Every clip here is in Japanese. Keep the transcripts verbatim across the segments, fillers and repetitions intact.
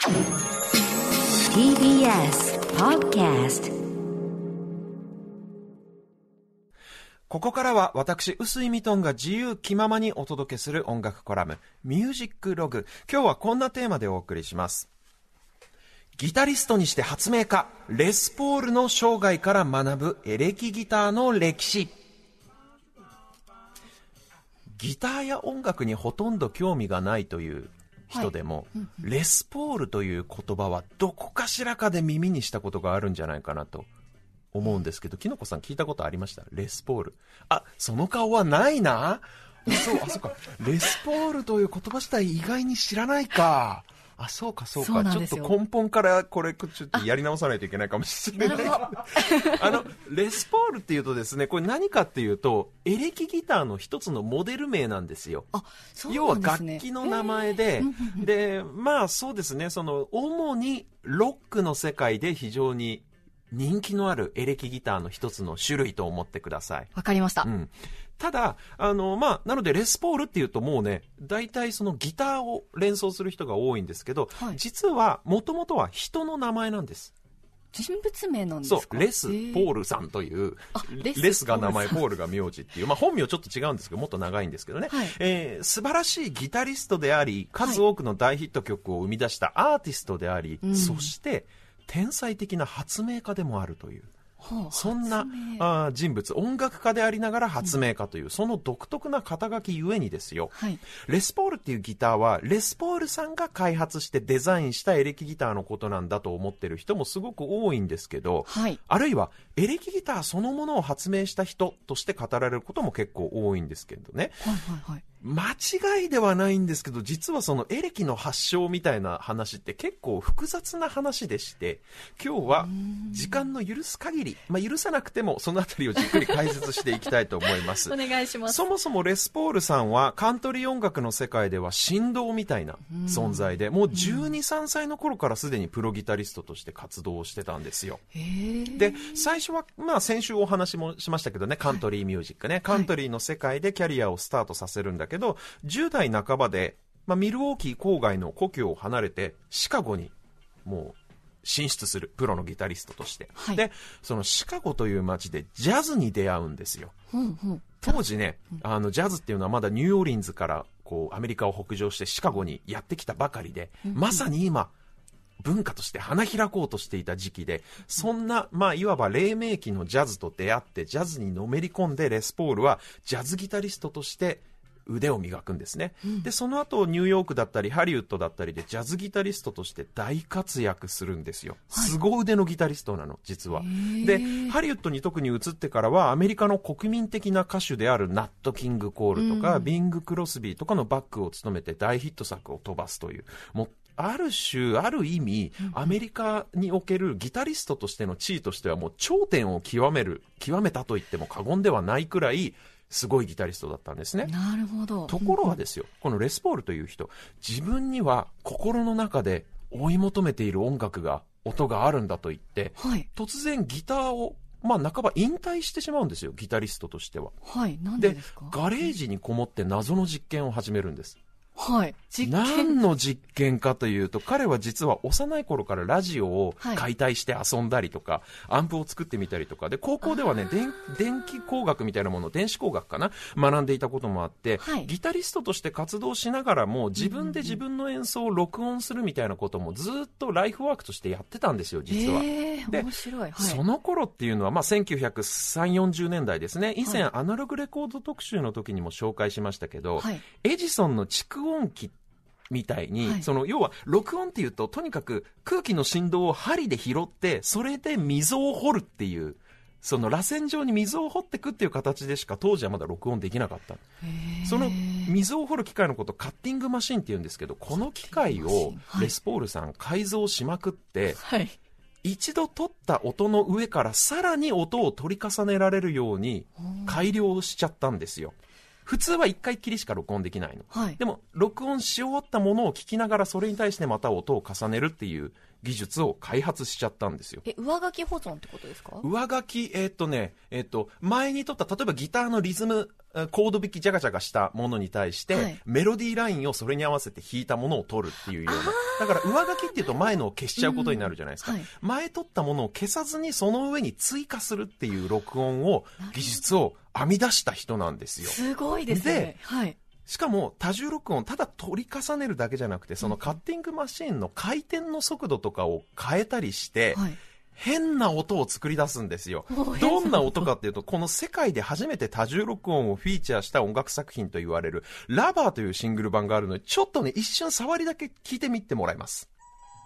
ティービーエス Podcast。 ここからは私、臼井ミトンが自由気ままにお届けする音楽コラム、ミュージックログ。今日はこんなテーマでお送りします。ギタリストにして発明家、レスポールの生涯から学ぶエレキギターの歴史。ギターや音楽にほとんど興味がないという人でも、はい、レスポールという言葉はどこかしらかで耳にしたことがあるんじゃないかなと思うんですけど、きのこさん聞いたことありました？レスポール。あ、その顔はないな。そう、あ、そうか。レスポールという言葉自体意外に知らないか。あ、そうかそうか。そうちょっと根本からこれちょっとやり直さないといけないかもしれない。あのレスポールっていうとですね、これ何かっていうとエレキギターの一つのモデル名なんですよ。 あ、そう要はなんですね。 楽器の名前で、で、まあそうですね、その主にロックの世界で非常に人気のあるエレキギターの一つの種類と思ってください。 わかりました。 うん。ただ、あの、まあ、なので、レスポールっていうともうね、大体そのギターを連想する人が多いんですけど、はい、実は、もともとは人の名前なんです。 人物名なんですか？ そう、レス・ポールさんという、レス、レスが名前、ポールが名字っていう、まあ、本名ちょっと違うんですけど、もっと長いんですけどね、はい、えー、素晴らしいギタリストであり、数多くの大ヒット曲を生み出したアーティストであり、はい、そして、天才的な発明家でもあるという。そんなあ人物、音楽家でありながら発明家という、うん、その独特な肩書きゆえにですよ、はい、レスポールっていうギターはレスポールさんが開発してデザインしたエレキギターのことなんだと思ってる人もすごく多いんですけど、はい、あるいはエレキギターそのものを発明した人として語られることも結構多いんですけどね、はいはいはい、間違いではないんですけど、実はそのエレキの発祥みたいな話って結構複雑な話でして、今日は時間の許す限り、まあ、許さなくてもそのあたりをじっくり解説していきたいと思います。 お願いします。 そもそもレスポールさんはカントリー音楽の世界では神童みたいな存在で、もうじゅうに、さんさいの頃からすでにプロギタリストとして活動をしてたんですよ。で、最初は、まあ、先週お話もしましたけどね、カントリーミュージックね、はい、カントリーの世界でキャリアをスタートさせるんだけど、じゅう代半ばで、まあ、ミルウォーキー郊外の故郷を離れてシカゴにもう進出するプロのギタリストとして、はい、でそのシカゴという街でジャズに出会うんですよ、うんうん、当時ね、あのジャズっていうのはまだニューオーリンズからこうアメリカを北上してシカゴにやってきたばかりで、うんうん、まさに今文化として花開こうとしていた時期で、そんな、まあ、いわば黎明期のジャズと出会ってジャズにのめり込んで、レスポールはジャズギタリストとして腕を磨くんですね、うん、でその後ニューヨークだったりハリウッドだったりでジャズギタリストとして大活躍するんですよ、はい、凄腕のギタリストなの実は。でハリウッドに特に移ってからはアメリカの国民的な歌手であるナット・キング・コールとか、うん、ビング・クロスビーとかのバックを務めて大ヒット作を飛ばすという、もうある種ある意味、うん、アメリカにおけるギタリストとしての地位としてはもう頂点を極める極めたと言っても過言ではないくらいすごいギタリストだったんですね。 なるほど。 ところがですよ、このレスポールという人、自分には心の中で追い求めている音楽が音があるんだと言って、はい、突然ギターをまあ半ば引退してしまうんですよ、ギタリストとしては。 はい、なんでですか？ でガレージにこもって謎の実験を始めるんです。 はい、実験何の実験かというと、彼は実は幼い頃からラジオを解体して遊んだりとか、はい、アンプを作ってみたりとかで、高校ではね電, 電気工学みたいなもの、電子工学かな、学んでいたこともあって、はい、ギタリストとして活動しながらも自分で自分の演奏を録音するみたいなこともずっとライフワークとしてやってたんですよ実は。 えー、 で面白い、はい、 その頃っていうのは、まあ、せんきゅうひゃくさんじゅう、よんじゅうねんだいですね。以前、はい、アナログレコード特集の時にも紹介しましたけど、はい、エジソンの蓄音機みたいに、はい、その要は録音っていうととにかく空気の振動を針で拾ってそれで溝を掘るっていう、その螺旋状に溝を掘っていくっていう形でしか当時はまだ録音できなかった。その溝を掘る機械のことをカッティングマシンっていうんですけど、この機械をレスポールさん改造しまくって、はい、一度取った音の上からさらに音を取り重ねられるように改良しちゃったんですよ。普通は一回きりしか録音できないの、はい、でも録音し終わったものを聞きながらそれに対してまた音を重ねるっていう技術を開発しちゃったんですよ。 え、上書き保存ってことですか？ 上書き、えーっとね、えーっと前に撮った例えばギターのリズムコード弾きジャガジャガしたものに対して、はい、メロディーラインをそれに合わせて弾いたものを取るっていうような。だから上書きっていうと前のを消しちゃうことになるじゃないですか。うんはい、前取ったものを消さずにその上に追加するっていう録音を、技術を編み出した人なんですよ。 すごいですね。 で、はい。しかも多重録音ただ取り重ねるだけじゃなくて、そのカッティングマシーンの回転の速度とかを変えたりして、はい、変な音を作り出すんですよ。どんな音かっていうと、この世界で初めて多重録音をフィーチャーした音楽作品と言われるラバーというシングル版があるので、ちょっとね一瞬触りだけ聞いてみてもらいます。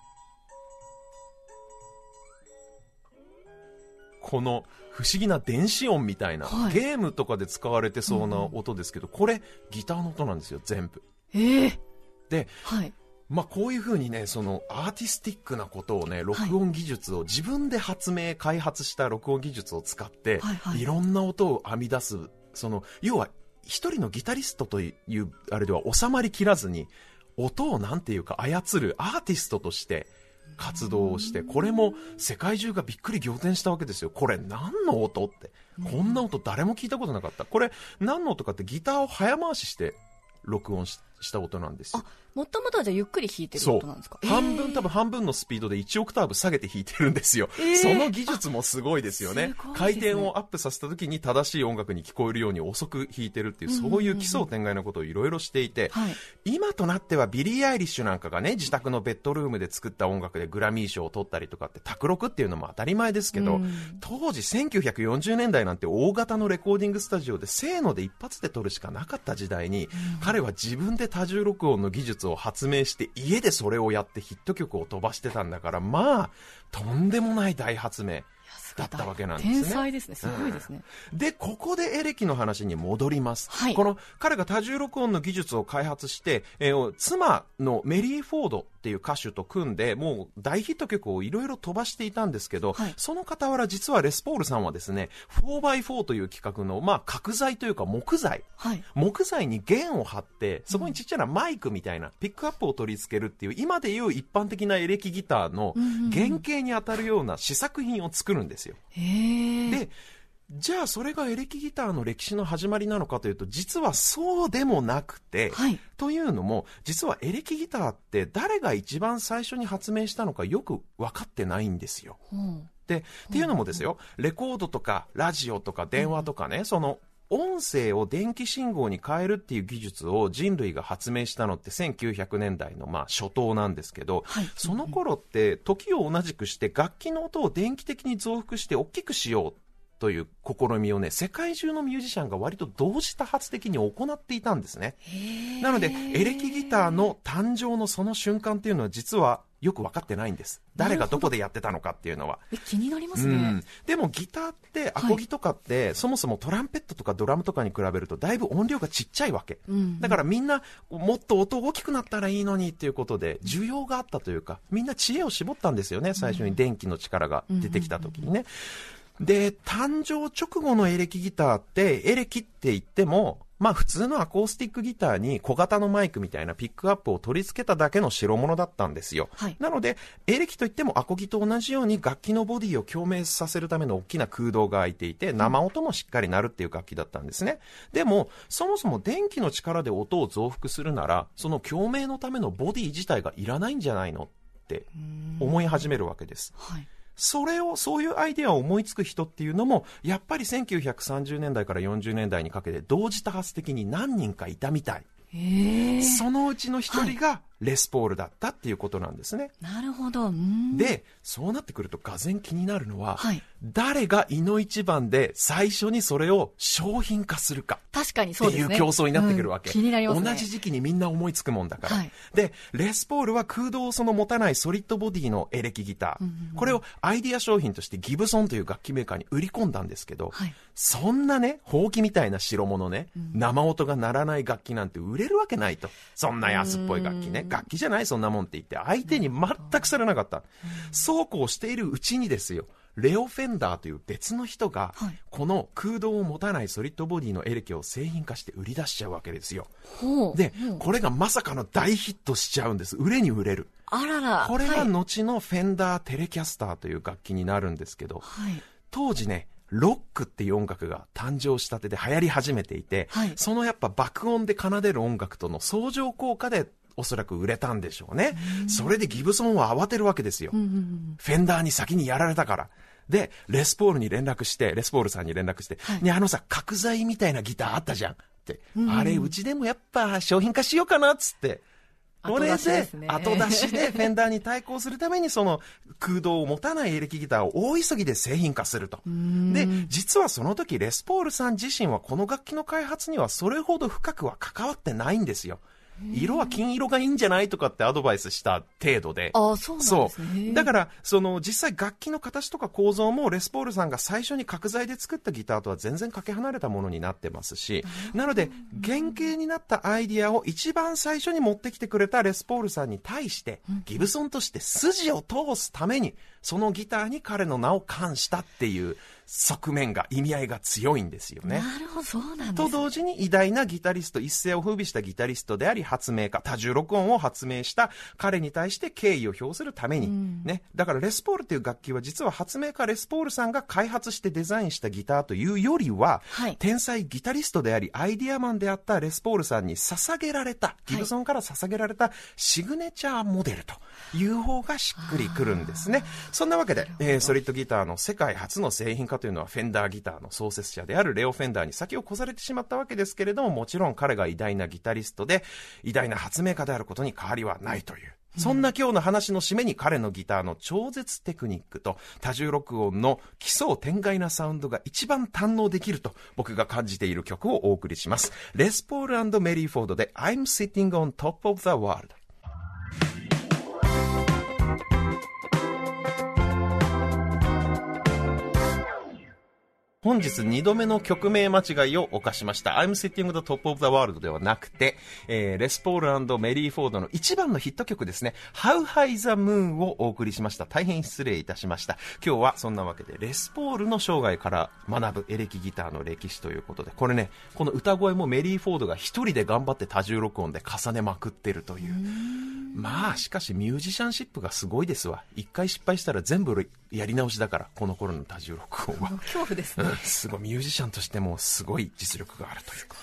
この不思議な電子音みたいな、はい、ゲームとかで使われてそうな音ですけど、うん、これギターの音なんですよ全部。 えー、 で、 はい、 まあこういう風にね、そのアーティスティックなことをね、録音技術を自分で発明開発した録音技術を使って、はいはい、いろんな音を編み出す、その要は一人のギタリストというあれでは収まりきらずに、音をなんていうか操るアーティストとして活動をして、これも世界中がびっくり仰天したわけですよ。これ何の音って、こんな音誰も聞いたことなかった。これ何の音かって、ギターを早回しして録音しした音なんですよ。 あ、もともとはじゃあゆっくり弾いてる音なんですか？ そう、半分、多分半分のスピードでいちオクターブ下げて弾いてるんですよ。えー、その技術もすごいですよね。すごいですね。回転をアップさせた時に正しい音楽に聞こえるように遅く弾いてるっていう、そういう奇想天外なことをいろいろしていて、はい、今となってはビリー・アイリッシュなんかがね、自宅のベッドルームで作った音楽でグラミー賞を取ったりとかって卓録っていうのも当たり前ですけど、当時せんきゅうひゃくよんじゅうねんだいなんて大型のレコーディングスタジオでせーので一発で撮るしかなかった時代に、彼は自分で多重録音の技術を発明して家でそれをやってヒット曲を飛ばしてたんだから、まあとんでもない大発明だったわけなんですね。 天才ですね。すごいですね。 うん、でここでエレキの話に戻ります。はい、この彼が多重録音の技術を開発して、えー、妻のメリー・フォードっていう歌手と組んでもう大ヒット曲をいろいろ飛ばしていたんですけど、はい、その傍ら実はレスポールさんはですね フォーバイフォー という企画の、まあ、角材というか木材、はい、木材に弦を張ってそこにちっちゃなマイクみたいな、うん、ピックアップを取り付けるっていう今でいう一般的なエレキギターの原型に当たるような試作品を作るんですよ。 へー。 でじゃあそれがエレキギターの歴史の始まりなのかというと、実はそうでもなくて、はい、というのも実はエレキギターって誰が一番最初に発明したのかよく分かってないんですよ。うん、でっていうのもですよ、レコードとかラジオとか電話とかね、うん、その音声を電気信号に変えるっていう技術を人類が発明したのってせんきゅうひゃくねんだいのまあ初頭なんですけど、はい、その頃って時を同じくして楽器の音を電気的に増幅して大きくしようという試みをね、世界中のミュージシャンが割と同時多発的に行っていたんですね。なのでエレキギターの誕生のその瞬間っていうのは実はよく分かってないんです。誰がどこでやってたのかっていうのは。 え、気になりますね。うん、 でもギターってアコギとかって、はい、そもそもトランペットとかドラムとかに比べるとだいぶ音量がちっちゃいわけ、うんうん、だからみんなもっと音大きくなったらいいのにっていうことで需要があったというか、みんな知恵を絞ったんですよね、最初に電気の力が出てきた時にね。で誕生直後のエレキギターってエレキって言ってもまあ普通のアコースティックギターに小型のマイクみたいなピックアップを取り付けただけの代物だったんですよ。はい、なのでエレキといってもアコギと同じように楽器のボディを共鳴させるための大きな空洞が開いていて生音もしっかり鳴るっていう楽器だったんですね。でもそもそも電気の力で音を増幅するならその共鳴のためのボディ自体がいらないんじゃないのって思い始めるわけです。はい、それをそういうアイデアを思いつく人っていうのもやっぱりせんきゅうひゃくさんじゅうねんだいからよんじゅうねんだいにかけて同時多発的に何人かいたみたい。へー。そのうちの一人がレスポールだったっていうことなんですね。 なるほど。うん。 でそうなってくるとがぜん気になるのは、はい、誰がいの一番で最初にそれを商品化するか確かにそうですねっていう競争になってくるわけ、 うん、気になりますね。 同じ時期にみんな思いつくもんだから、はい、でレスポールは空洞をその持たないソリッドボディのエレキギター、うんうんうん、これをアイディア商品としてギブソンという楽器メーカーに売り込んだんですけど、はい、そんなねほうきみたいな代物ね、うん、生音が鳴らない楽器なんて売れるわけないと。そんな安っぽい楽器ね、楽器じゃないそんなもんって言って相手に全くされなかった。そうこうしているうちにですよ、レオ・フェンダーという別の人が、はい、この空洞を持たないソリッドボディのエレキを製品化して売り出しちゃうわけですよ。でこれがまさかの大ヒットしちゃうんです。売れに売れる。 あらら。 これが後のフェンダーテレキャスターという楽器になるんですけど、はい、当時ねロックっていう音楽が誕生したてで流行り始めていて、はい、そのやっぱ爆音で奏でる音楽との相乗効果でおそらく売れたんでしょうね。それでギブソンは慌てるわけですよ。うんうんうん、フェンダーに先にやられたから。で、レスポールに連絡して、レスポールさんに連絡して、はい、ね、あのさ、角材みたいなギターあったじゃんって、うん、あれうちでもやっぱ商品化しようかなっつって、これで後出しでフェンダーに対抗するためにその空洞を持たないエレキギターを大急ぎで製品化すると。で、実はその時レスポールさん自身はこの楽器の開発にはそれほど深くは関わってないんですよ。色は金色がいいんじゃないとかってアドバイスした程度で。 ああ、そうなんですね。 そう。だから、その実際楽器の形とか構造もレスポールさんが最初に角材で作ったギターとは全然かけ離れたものになってますし、なので原型になったアイディアを一番最初に持ってきてくれたレスポールさんに対してギブソンとして筋を通すためにそのギターに彼の名を冠したっていう側面が、意味合いが強いんですよね。 なるほど、そうなんですね。 と同時に偉大なギタリスト、一世を風靡したギタリストであり発明家、多重録音を発明した彼に対して敬意を表するために、うん、ね。だからレスポールという楽器は実は発明家レスポールさんが開発してデザインしたギターというよりは、はい、天才ギタリストでありアイディアマンであったレスポールさんに捧げられた、ギブソンから捧げられたシグネチャーモデルという方がしっくりくるんですね。そんなわけで、えー、ソリッドギターの世界初の製品化というのはフェンダーギターの創設者であるレオ・フェンダーに先を越されてしまったわけですけれども、もちろん彼が偉大なギタリストで偉大な発明家であることに変わりはないという、そんな今日の話の締めに彼のギターの超絶テクニックと多重録音の奇想天外なサウンドが一番堪能できると僕が感じている曲をお送りします。レスポール&メリーフォードで I'm Sitting on Top of the World。本日にどめの曲名間違いを犯しました。I'm Sitting the Top of the World ではなくて、えー、レスポール&メリーフォードの一番のヒット曲ですね。How High the Moon をお送りしました。大変失礼いたしました。今日はそんなわけでレスポールの生涯から学ぶエレキギターの歴史ということで、これね、この歌声もメリーフォードが一人で頑張って多重録音で重ねまくってるという。まあしかしミュージシャンシップがすごいですわ。一回失敗したら全部やり直しだから、この頃の多重録音は恐怖ですね、うん、 すごいミュージシャンとしてもすごい実力があるというか。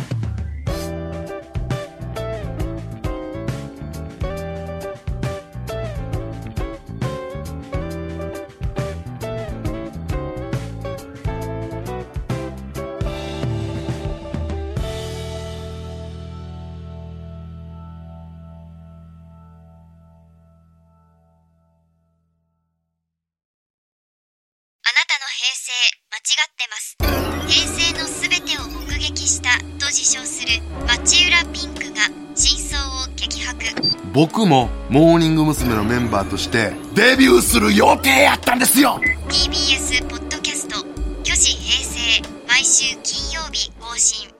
間違ってます。平成のすべてを目撃したと自称する町浦ピンクが真相を激白。 僕もモーニング娘。のメンバーとしてデビューする予定やったんですよ。 ティービーエス ポッドキャスト、虚子平成、毎週金曜日更新。